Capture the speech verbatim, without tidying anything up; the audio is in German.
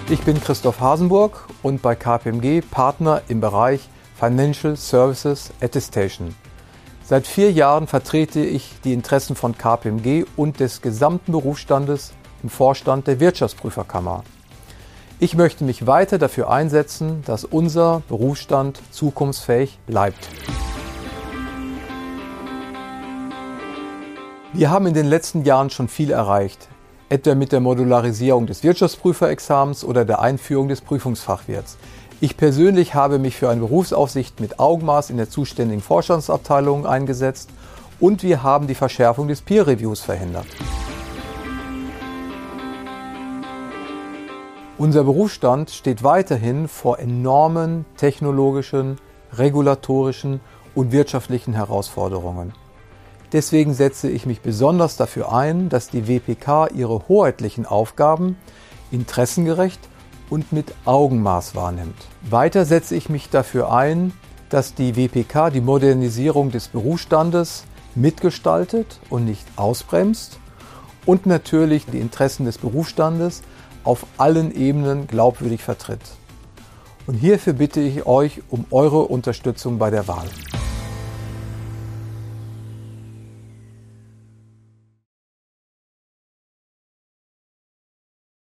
Ich bin Christoph Hasenburg und bei K P M G Partner im Bereich Financial Services Attestation. Seit vier Jahren vertrete ich die Interessen von K P M G und des gesamten Berufsstandes im Vorstand der Wirtschaftsprüferkammer. Ich möchte mich weiter dafür einsetzen, dass unser Berufsstand zukunftsfähig bleibt. Wir haben in den letzten Jahren schon viel erreicht, etwa mit der Modularisierung des Wirtschaftsprüferexamens oder der Einführung des Prüfungsfachwirts. Ich persönlich habe mich für eine Berufsaufsicht mit Augenmaß in der zuständigen Vorstandsabteilung eingesetzt und wir haben die Verschärfung des Peer Reviews verhindert. Unser Berufsstand steht weiterhin vor enormen technologischen, regulatorischen und wirtschaftlichen Herausforderungen. Deswegen setze ich mich besonders dafür ein, dass die W P K ihre hoheitlichen Aufgaben interessengerecht und mit Augenmaß wahrnimmt. Weiter setze ich mich dafür ein, dass die W P K die Modernisierung des Berufsstandes mitgestaltet und nicht ausbremst und natürlich die Interessen des Berufsstandes auf allen Ebenen glaubwürdig vertritt. Und hierfür bitte ich euch um eure Unterstützung bei der Wahl.